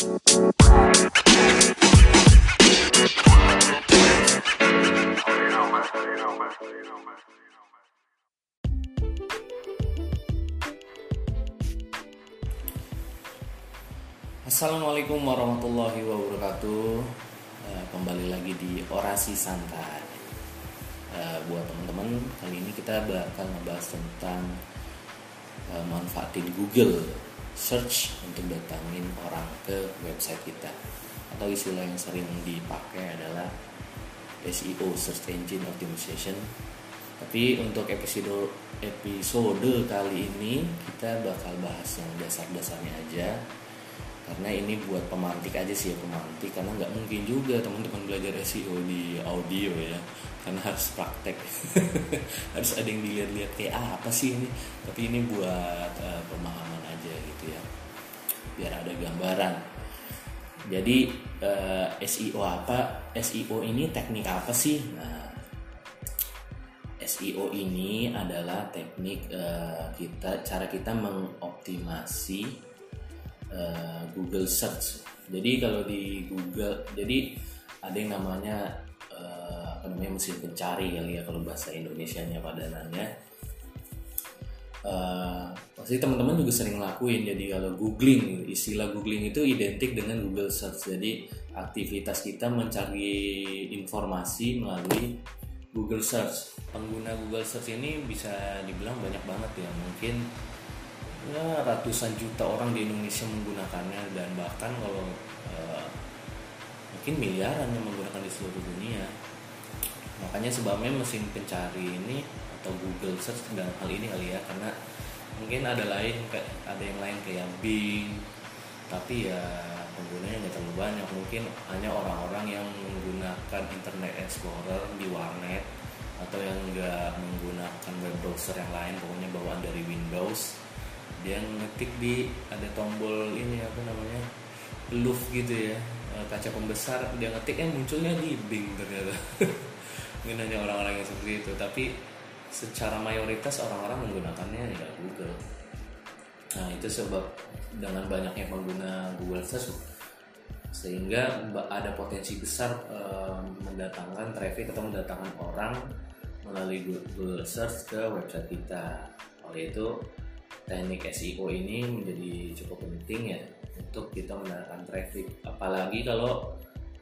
Assalamualaikum warahmatullahi wabarakatuh. Kembali lagi di Orasi Santai. Buat teman-teman, kali ini kita bakal ngebahas tentang manfaatin Google Search untuk datangin orang ke website kita. Atau istilah yang sering dipakai adalah SEO, Search Engine Optimization. Tapi untuk episode kali ini kita bakal bahas yang dasar-dasarnya aja. Karena ini buat pemantik aja sih ya, pemantik, karena nggak mungkin juga teman-teman belajar SEO di audio ya, karena harus praktek. Harus ada yang dilihat-lihat kayak apa sih ini, tapi ini buat pemahaman aja gitu ya, biar ada gambaran. Jadi SEO apa? SEO ini teknik apa sih? Nah, SEO ini adalah teknik cara kita mengoptimasi Google Search. Jadi kalau di Google, jadi ada yang namanya mesin pencari kali ya kalau bahasa Indonesianya padanannya. Pasti teman-teman juga sering ngelakuin. Jadi kalau googling, istilah googling itu identik dengan Google Search. Jadi aktivitas kita mencari informasi melalui Google Search. Pengguna Google Search ini bisa dibilang banyak banget ya, mungkin ratusan juta orang di Indonesia menggunakannya, dan bahkan kalau mungkin miliaran yang menggunakan di seluruh dunia. Makanya sebabnya mesin pencari ini atau Google Search dalam hal ini kali ya, karena mungkin ada yang lain kayak Bing, tapi ya penggunanya nggak terlalu banyak. Mungkin hanya orang-orang yang menggunakan Internet Explorer di warnet, atau yang nggak menggunakan web browser yang lain, pokoknya bawaan dari Windows. Dia ngetik ada tombol ini luf gitu ya, kaca pembesar, dia ngetik munculnya di Bing ternyata. Mungkin hanya orang-orang yang seperti itu, tapi secara mayoritas orang-orang menggunakannya ya Google. Nah, itu sebab dengan banyaknya pengguna Google Search sehingga ada potensi besar mendatangkan traffic atau mendatangkan orang melalui Google Search ke website kita. Oleh itu teknik SEO ini menjadi cukup penting ya untuk kita mendatangkan traffic, apalagi kalau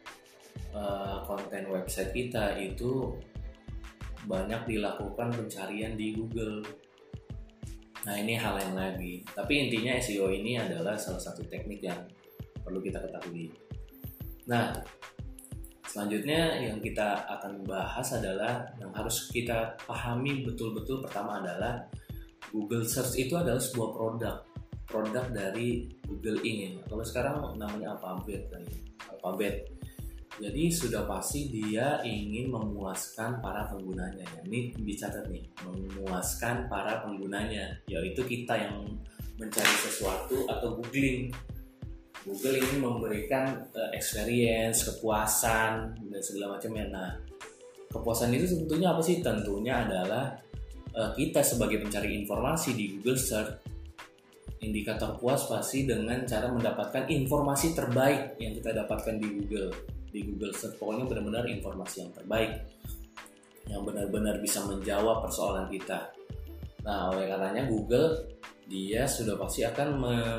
konten website kita itu banyak dilakukan pencarian di Google. Nah, ini hal yang lagi, tapi intinya SEO ini adalah salah satu teknik yang perlu kita ketahui. Nah, selanjutnya yang kita akan bahas adalah yang harus kita pahami betul-betul. Pertama adalah Google Search itu adalah sebuah produk dari Google ini. Kalau sekarang namanya Alphabet. Jadi sudah pasti dia ingin memuaskan para penggunanya. Ini dicatat nih, memuaskan para penggunanya, yaitu kita yang mencari sesuatu atau googling. Google ini memberikan experience, kepuasan dan segala macamnya. Nah, kepuasan itu sebetulnya apa sih? Tentunya adalah kita sebagai pencari informasi di Google Search, indikator puas pasti dengan cara mendapatkan informasi terbaik yang kita dapatkan di Google Search. Pokoknya benar-benar informasi yang terbaik, yang benar-benar bisa menjawab persoalan kita. Nah, oleh karenanya Google dia sudah pasti akan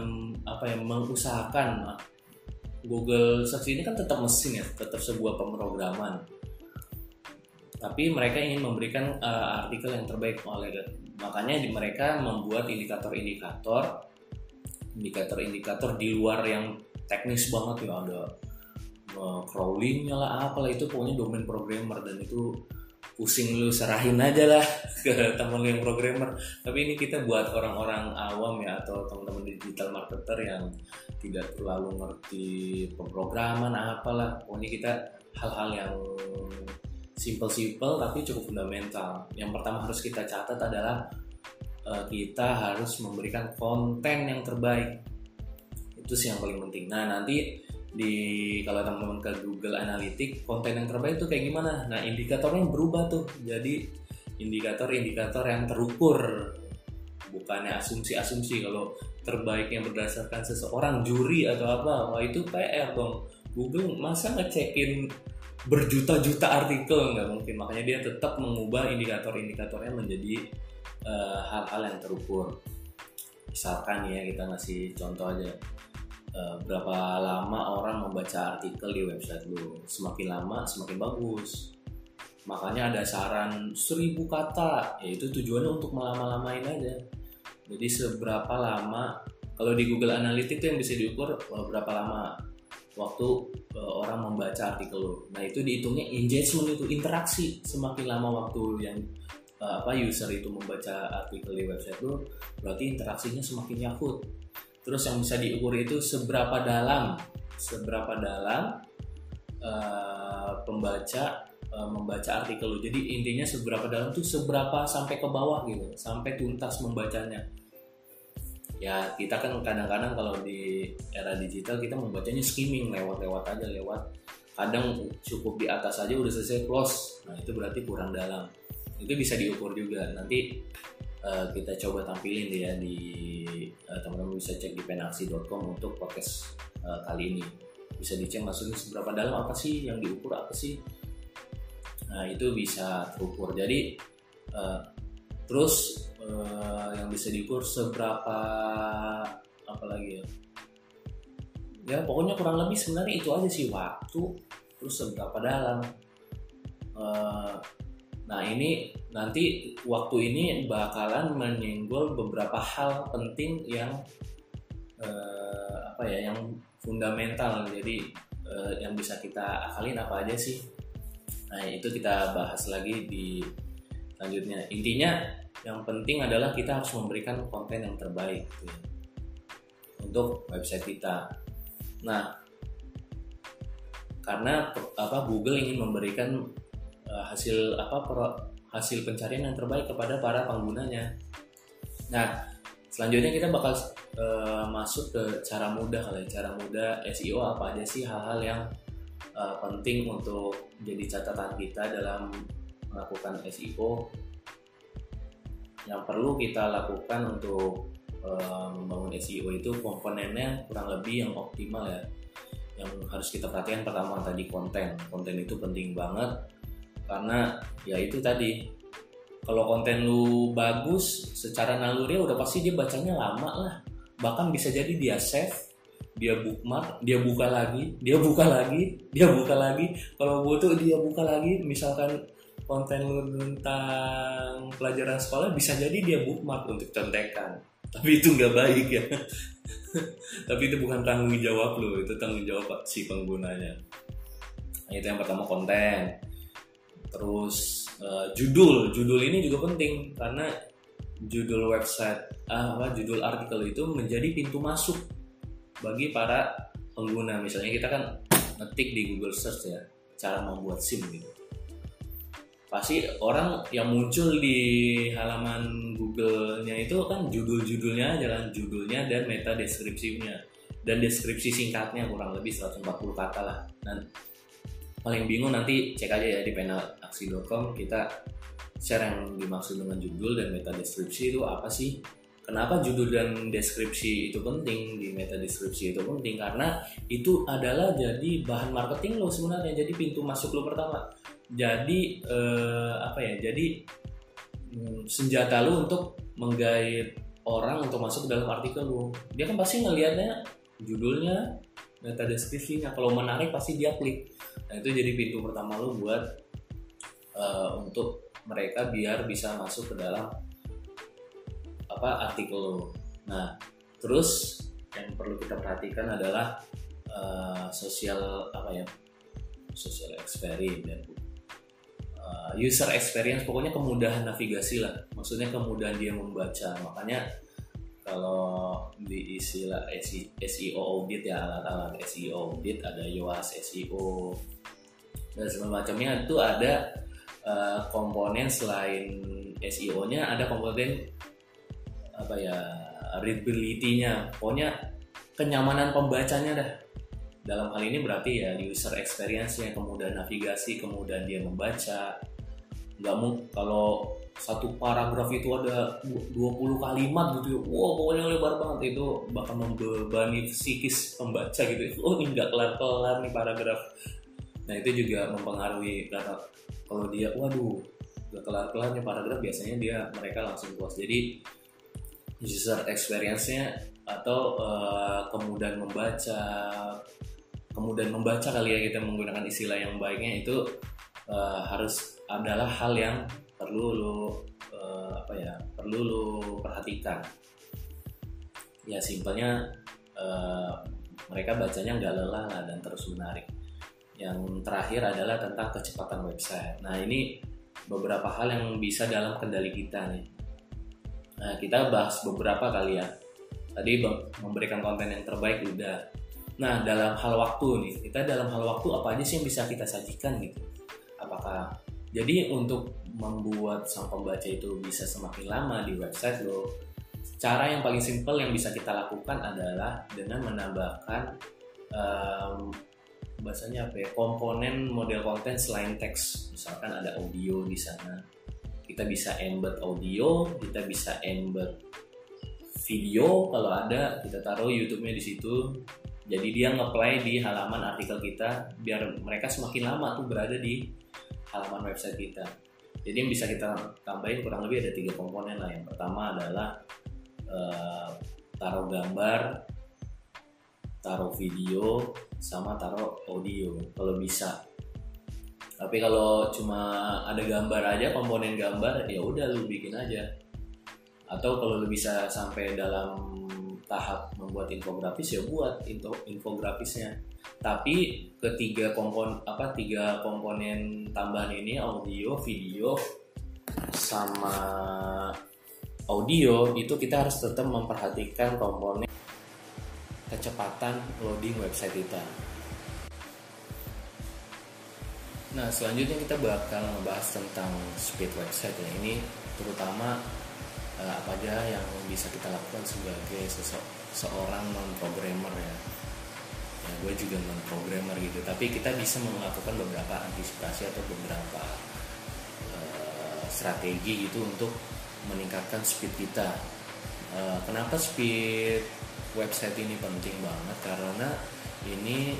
mengusahakan. Google Search ini kan tetap mesin ya, tetap sebuah pemrograman. Tapi mereka ingin memberikan artikel yang terbaik, makanya mereka membuat indikator-indikator di luar yang teknis banget ya, ada crawlingnya lah, apalah itu pokoknya domain programmer, dan itu pusing lu serahin aja lah ke temen lu yang programmer. Tapi ini kita buat orang-orang awam ya, atau teman-teman digital marketer yang tidak terlalu ngerti pemrograman apalah, pokoknya kita hal-hal yang simple tapi cukup fundamental. Yang pertama harus kita catat adalah kita harus memberikan konten yang terbaik. Itu sih yang paling penting. Nah, nanti kalau teman-teman ke Google Analytics, konten yang terbaik itu kayak gimana? Nah, indikatornya berubah tuh. Jadi indikator-indikator yang terukur, bukannya asumsi-asumsi. Kalau terbaiknya berdasarkan seseorang, juri atau apa, wah itu PR dong. Google masa ngecekin berjuta-juta artikel, nggak mungkin. Makanya dia tetap mengubah indikator-indikatornya menjadi hal-hal yang terukur. Misalkan ya, kita ngasih contoh aja, berapa lama orang membaca artikel di website lu. Semakin lama semakin bagus. Makanya ada saran 1000 kata, yaitu tujuannya untuk melama-lamain aja. Jadi seberapa lama, kalau di Google Analytics itu yang bisa diukur berapa lama waktu orang membaca artikel lo. Nah itu dihitungnya engagement, itu interaksi. Semakin lama waktu yang user itu membaca artikel di website lo, berarti interaksinya semakin yakut. Terus yang bisa diukur itu seberapa dalam pembaca membaca artikel lo. Jadi intinya seberapa dalam tuh seberapa sampai ke bawah gitu, sampai tuntas membacanya. Ya kita kan kadang-kadang kalau di era digital kita membacanya skimming, lewat aja, kadang cukup di atas aja udah selesai close. Nah itu berarti kurang dalam. Itu bisa diukur juga. Nanti kita coba tampilin ya di teman-teman bisa cek di penaksi.com untuk podcast kali ini. Bisa dicek maksudnya seberapa dalam, apa sih yang diukur, apa sih. Nah itu bisa terukur. Jadi terus yang bisa diukur seberapa, apa lagi ya pokoknya kurang lebih sebenarnya itu aja sih, waktu, terus seberapa dalam. Nah ini nanti waktu ini bakalan menyenggol beberapa hal penting yang yang fundamental. Jadi yang bisa kita akalin apa aja sih. Nah itu kita bahas lagi di selanjutnya. Intinya yang penting adalah kita harus memberikan konten yang terbaik gitu ya, untuk website kita. Nah, karena Google ingin memberikan hasil pencarian yang terbaik kepada para penggunanya. Nah, selanjutnya kita bakal masuk ke cara mudah SEO. Apa aja sih hal-hal yang penting untuk jadi catatan kita dalam melakukan SEO, yang perlu kita lakukan untuk membangun SEO. Itu komponennya kurang lebih yang optimal ya, yang harus kita perhatikan. Pertama tadi konten itu penting banget, karena ya itu tadi, kalau konten lu bagus secara naluri udah pasti dia bacanya lama lah, bahkan bisa jadi dia save, dia bookmark, dia buka lagi, kalau butuh dia buka lagi. Misalkan konten lu tentang pelajaran sekolah, bisa jadi dia bookmark untuk contekan, tapi itu nggak baik ya. Tapi itu bukan tanggung jawab lu, itu tanggung jawab si penggunanya. Nah, itu yang pertama, konten. Terus judul ini juga penting, karena judul website judul artikel itu menjadi pintu masuk bagi para pengguna. Misalnya kita kan ngetik di Google Search ya, cara membuat SIM gitu, pasti orang yang muncul di halaman Google-nya itu kan judulnya aja kan, judulnya dan meta deskripsinya dan deskripsi singkatnya kurang lebih 140 kata lah. Dan paling bingung nanti cek aja ya di penaksi.com, kita share yang dimaksud dengan judul dan meta deskripsi itu apa sih. Kenapa judul dan deskripsi itu penting, di meta deskripsi itu penting, karena itu adalah jadi bahan marketing lo sebenarnya, jadi pintu masuk lo pertama. Jadi jadi senjata lu untuk menggait orang untuk masuk ke dalam artikel lu. Dia kan pasti ngelihatnya judulnya, meta deskripsinya, kalau menarik pasti dia klik. Nah itu jadi pintu pertama lu buat untuk mereka biar bisa masuk ke dalam artikel lu. Nah terus yang perlu kita perhatikan adalah social experience dan user experience, pokoknya kemudahan navigasi lah, maksudnya kemudahan dia membaca. Makanya kalau di istilah SEO audit ya, alat-alat SEO audit ada Yoast SEO dan semacamnya, itu ada komponen selain SEO-nya, ada komponen readability-nya, pokoknya kenyamanan pembacanya dah. Dalam hal ini berarti ya user experience-nya, kemudahan navigasi, kemudahan dia membaca. nggak mau kalau satu paragraf itu ada 20 kalimat gitu ya, wow pokoknya lebar banget, itu bakal membebani psikis pembaca gitu ya. Oh ini nggak kelar-kelar nih paragraf. Nah itu juga mempengaruhi, karena kalau dia waduh nggak kelar-kelar nih paragraf, biasanya mereka langsung puas. Jadi user experience-nya atau kemudahan membaca kali ya, kita menggunakan istilah yang baiknya itu harus adalah hal yang perlu lo perhatikan. Ya simpelnya mereka bacanya nggak lelah lah dan terus menarik. Yang terakhir adalah tentang kecepatan website. Nah ini beberapa hal yang bisa dalam kendali kita nih. Nah kita bahas beberapa kali ya. Tadi memberikan konten yang terbaik udah. Nah dalam hal waktu nih, kita dalam hal waktu apa aja sih yang bisa kita sajikan gitu? Apakah jadi untuk membuat sang pembaca itu bisa semakin lama di website lo, cara yang paling simpel yang bisa kita lakukan adalah dengan menambahkan bahasanya apa ya, komponen model konten selain teks. Misalkan ada audio di sana, kita bisa embed audio, kita bisa embed video, kalau ada kita taruh YouTube-nya di situ. Jadi dia nge-play di halaman artikel kita biar mereka semakin lama tuh berada di halaman website kita. Jadi yang bisa kita tambahin kurang lebih ada 3 komponen lah. Yang pertama adalah taruh gambar, taruh video, sama taruh audio kalau bisa. Tapi kalau cuma ada gambar aja, komponen gambar, ya udah lu bikin aja. Atau kalau lu bisa sampai dalam tahap membuat infografis, ya buat infografisnya. Tapi tiga komponen tambahan ini, audio, video, sama audio, itu kita harus tetap memperhatikan komponen kecepatan loading website kita. Nah selanjutnya kita bakal ngebahas tentang speed website ya. Ini terutama apa aja yang bisa kita lakukan sebagai seorang non-programmer ya. Gue juga non-programmer gitu, tapi kita bisa melakukan beberapa antisipasi atau beberapa strategi gitu untuk meningkatkan speed kita. Kenapa speed website ini penting banget? Karena ini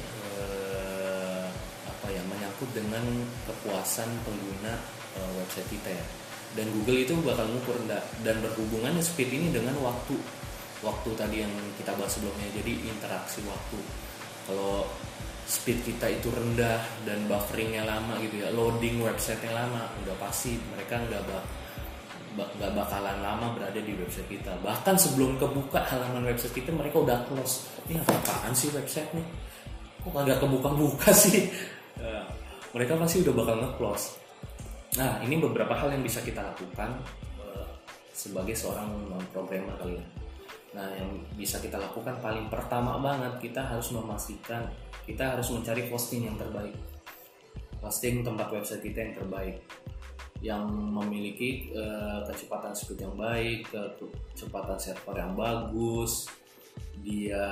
menyangkut dengan kepuasan pengguna website kita ya. Dan Google itu bakal ngukur dan berhubungan speed ini dengan waktu tadi yang kita bahas sebelumnya. Jadi interaksi waktu. Kalau speed kita itu rendah dan bufferingnya lama gitu ya, loading websitenya lama, udah pasti mereka nggak bakalan lama berada di website kita. Bahkan sebelum kebuka halaman website kita, mereka udah close. Ini apaan sih website nih? Kok kagak kebuka-buka sih? Mereka pasti udah bakal nge-close. Nah ini beberapa hal yang bisa kita lakukan sebagai seorang non-programmer kali ya. Nah yang bisa kita lakukan paling pertama banget, kita harus memastikan kita harus mencari hosting yang terbaik, hosting tempat website kita yang terbaik, yang memiliki kecepatan speed yang baik, kecepatan server yang bagus, dia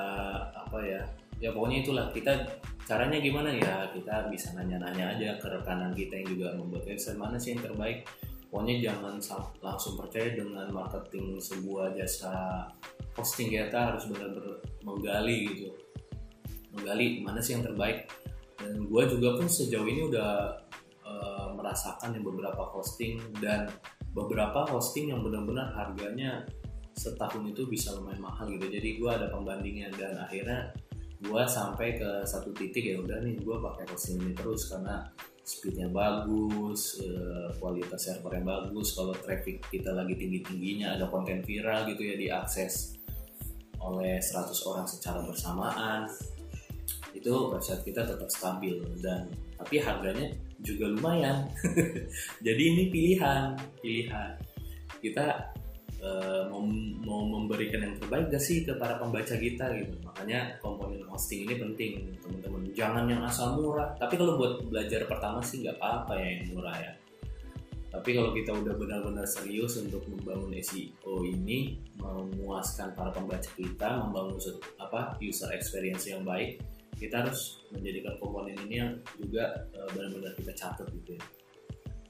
ya pokoknya itulah. Kita caranya gimana ya, kita bisa nanya-nanya aja ke rekanan kita yang juga membuat website, mana sih yang terbaik. Pokoknya jangan langsung percaya dengan marketing sebuah jasa hosting, kita harus benar-benar menggali mana sih yang terbaik. Dan gue juga pun sejauh ini udah merasakan yang beberapa hosting, dan beberapa hosting yang benar-benar harganya setahun itu bisa lumayan mahal gitu. Jadi gue ada pembandingnya, dan akhirnya gue sampai ke satu titik ya udah nih, gue pakai hosting ini terus karena speednya bagus, kualitas servernya bagus. Kalau traffic kita lagi tinggi-tingginya, ada konten viral gitu ya, diakses oleh 100 orang secara bersamaan, itu website kita tetap stabil, dan tapi harganya juga lumayan. Jadi ini pilihan kita mau memberikan yang terbaik gak sih ke para pembaca kita gitu. Makanya komponen hosting ini penting teman-teman, jangan yang asal murah. Tapi kalau buat belajar pertama sih nggak apa-apa ya yang murah ya. Tapi kalau kita udah benar-benar serius untuk membangun SEO ini, memuaskan para pembaca kita, membangun user experience yang baik, kita harus menjadikan komponen ini yang juga benar-benar kita catat gitu ya.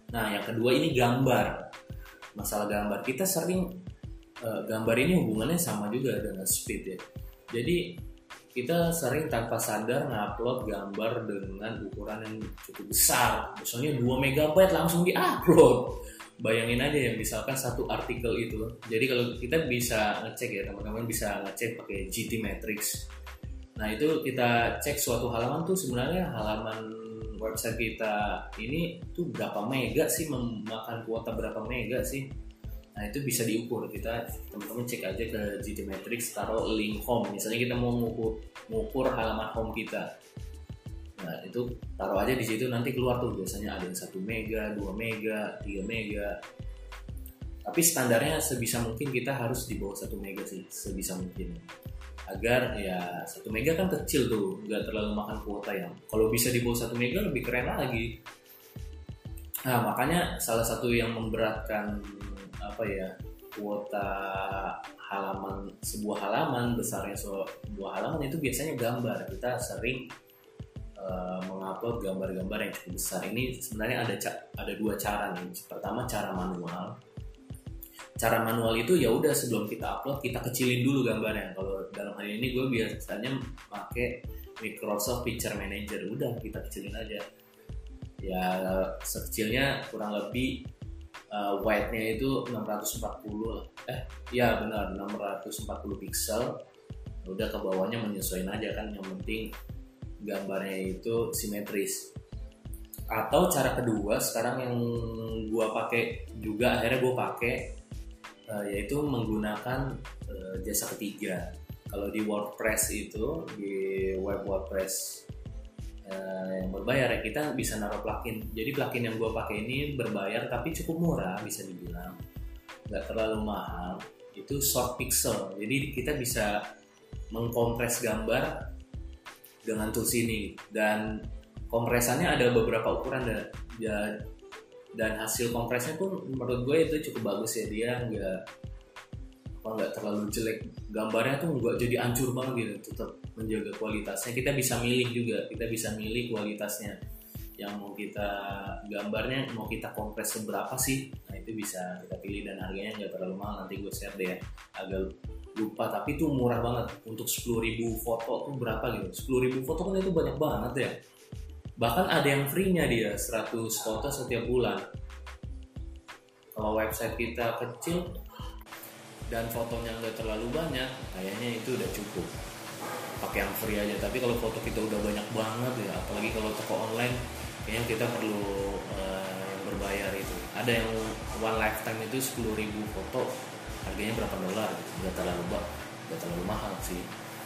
Nah yang kedua ini gambar. Masalah gambar, kita sering gambar ini hubungannya sama juga dengan speed ya. Jadi kita sering tanpa sadar ngupload gambar dengan ukuran yang cukup besar, misalnya 2 MB langsung diupload. Bayangin aja ya, misalkan satu artikel itu. Jadi kalau kita bisa ngecek ya, teman-teman bisa ngecek pakai GT Matrix. Nah itu kita cek suatu halaman tuh sebenarnya halaman website kita ini tuh berapa mega sih, memakan kuota berapa mega sih. Nah itu bisa diukur, kita teman-teman cek aja ke GT Matrix, taruh link home. Misalnya kita mau mengukur halaman home kita. Nah itu taruh aja di situ, nanti keluar tuh biasanya ada yang 1 mega, 2 mega, 3 mega. Tapi standarnya sebisa mungkin kita harus di bawah 1 mega sih, sebisa mungkin. Agar ya 1 mega kan kecil tuh, nggak terlalu makan kuota ya. Kalau bisa di bawah 1 mega lebih keren lagi. Nah makanya salah satu yang memberatkan kuota halaman, sebuah halaman, besarnya sebuah halaman itu biasanya gambar. Kita sering mengupload gambar-gambar yang cukup besar. Ini sebenarnya ada 2 cara nih. Pertama cara manual. Cara manual itu ya udah sebelum kita upload kita kecilin dulu gambarnya. Kalau dalam hal ini gue biasanya pakai Microsoft Picture Manager. Udah kita kecilin aja. Ya sekecilnya kurang lebih width-nya itu 640 ya benar 640 pixel. Udah ke bawahnya menyesuaikan aja kan, yang penting gambarnya itu simetris. Atau cara kedua sekarang yang gua pakai juga, akhirnya gua pakai yaitu menggunakan jasa ketiga. Kalau di WordPress itu, di web WordPress yang berbayar ya, kita bisa naruh plugin. Jadi plugin yang gua pakai ini berbayar tapi cukup murah, bisa dibilang nggak terlalu mahal. Itu Short Pixel. Jadi kita bisa mengkompres gambar dengan tools ini, dan kompresannya ada beberapa ukuran dan hasil kompresnya pun menurut gue itu cukup bagus ya. Dia nggak terlalu jelek, gambarnya tuh nggak jadi hancur banget gitu, tetap menjaga kualitasnya. Kita bisa milih juga, kita bisa milih kualitasnya yang mau kita gambarnya mau kita kompres seberapa sih. Nah itu bisa kita pilih dan harganya nggak terlalu mahal, nanti gue share deh ya, agak lupa tapi itu murah banget. Untuk 10.000 foto tuh berapa gitu, 10.000 foto kan itu banyak banget ya. Bahkan ada yang free-nya dia 100 foto setiap bulan. Kalau website kita kecil dan fotonya nggak terlalu banyak, kayaknya itu udah cukup pakai yang free aja. Tapi kalau foto kita udah banyak banget ya, apalagi kalau toko online, kayaknya kita perlu yang berbayar itu. Ada yang one lifetime itu 10.000 foto, harganya berapa $, nggak terlalu mahal sih.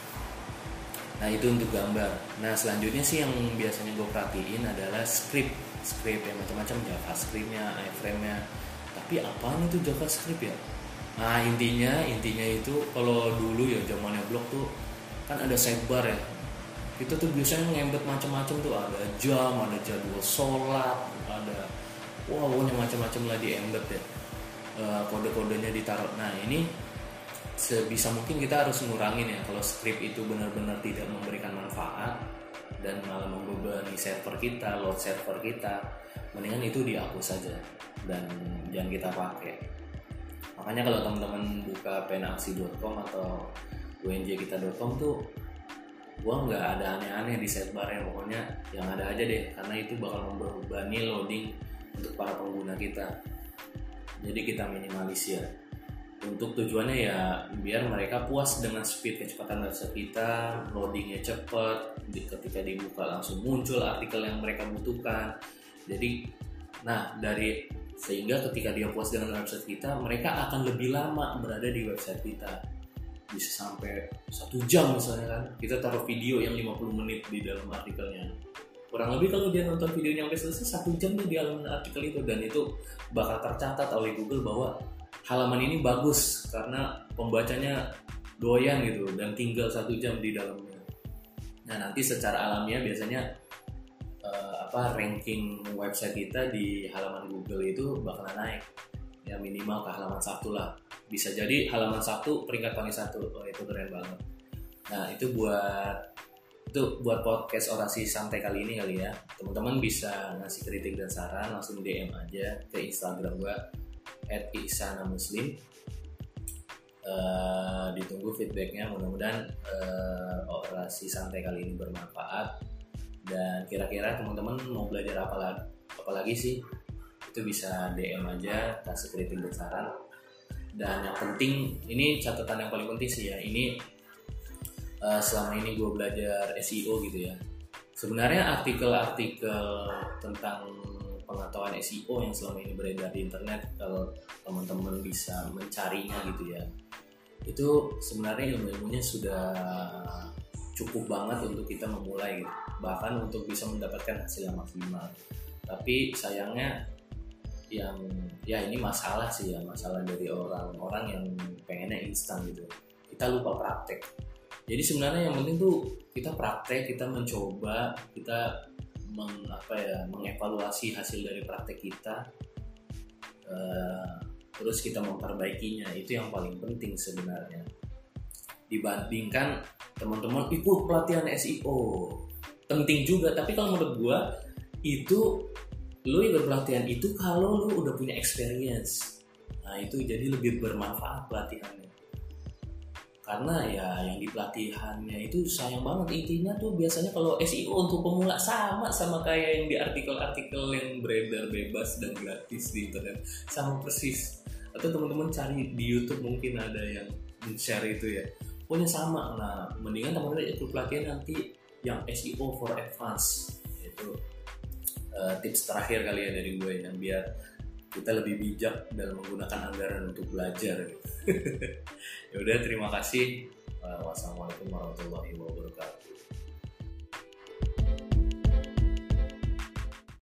Nah itu untuk gambar. Nah selanjutnya sih yang biasanya gue perhatiin adalah script yang macam-macam, JavaScript-nya, iframe-nya. Tapi apaan itu JavaScript ya? Nah intinya itu kalau dulu ya zamannya blog tuh kan ada sidebar ya. Kita tuh biasanya ngembet macam-macam tuh, ada jam, ada jadwal sholat, ada pokoknya macam-macam lah di embed ya. Kode-kodenya ditaruh. Nah ini sebisa mungkin kita harus ngurangin ya. Kalau script itu benar-benar tidak memberikan manfaat dan malah membebani server kita, load server kita, mendingan itu dihapus saja dan jangan kita pakai. Makanya kalau teman-teman buka penaksi.com atau unjkita.com tuh gua nggak ada aneh-aneh di sidebar ya, pokoknya yang ada aja deh, karena itu bakal membebani loading untuk para pengguna kita. Jadi kita minimalis ya. Untuk tujuannya ya biar mereka puas dengan speed, kecepatan website kita, loadingnya cepat, ketika dibuka langsung muncul artikel yang mereka butuhkan. Jadi sehingga ketika dia puas dengan website kita, mereka akan lebih lama berada di website kita. Bisa sampai 1 jam misalnya kan. Kita taruh video yang 50 menit di dalam artikelnya. Kurang lebih kalau dia nonton videonya sampai selesai 1 jam tuh di halaman artikel itu, dan itu bakal tercatat oleh Google bahwa halaman ini bagus karena pembacanya doyan gitu dan tinggal 1 jam di dalamnya. Nah nanti secara alamiah biasanya ranking website kita di halaman Google itu bakalan naik ya, minimal ke halaman 1 lah. Bisa jadi halaman 1 peringkat paling 1. Oh, itu keren banget. Nah itu buat Itu buat podcast orasi santai kali ini kali ya. Teman-teman bisa ngasih kritik dan saran langsung DM aja ke Instagram gua @ihsanamuslim. Ditunggu feedbacknya, mudah-mudahan orasi santai kali ini bermanfaat. Dan kira-kira teman-teman mau belajar apa lagi sih, itu bisa DM aja, kasih kritik dan saran. Dan yang penting, ini catatan yang paling penting sih ya, ini selama ini gue belajar SEO gitu ya, sebenarnya artikel-artikel tentang pengetahuan SEO yang selama ini beredar di internet, kalau teman-teman bisa mencarinya gitu ya, itu sebenarnya ilmu-ilmunya sudah cukup banget untuk kita memulai gitu, bahkan untuk bisa mendapatkan hasil yang maksimal. Tapi sayangnya yang ya ini masalah sih ya, masalah dari orang-orang yang pengennya instan gitu, kita lupa praktek. Jadi sebenarnya yang penting tuh kita praktek, kita mencoba, kita mengevaluasi hasil dari praktek kita, terus kita memperbaikinya. Itu yang paling penting sebenarnya, dibandingkan teman-teman ikut pelatihan SEO. Penting juga, tapi kalau menurut gua itu lu ikut pelatihan itu kalau lu udah punya experience. Nah itu jadi lebih bermanfaat pelatihannya, karena ya yang di pelatihannya itu sayang banget. Intinya tuh biasanya kalau SEO untuk pemula sama kayak yang di artikel-artikel yang beredar bebas dan gratis di internet, sama persis. Atau teman-teman cari di YouTube mungkin ada yang share itu ya, pokoknya sama. Nah mendingan teman-teman ikut pelatihan nanti yang SEO for advance. Itu tips terakhir kali ya dari gue, yang biar kita lebih bijak dalam menggunakan anggaran untuk belajar gitu. Ya udah, terima kasih. Wassalamualaikum warahmatullahi wabarakatuh.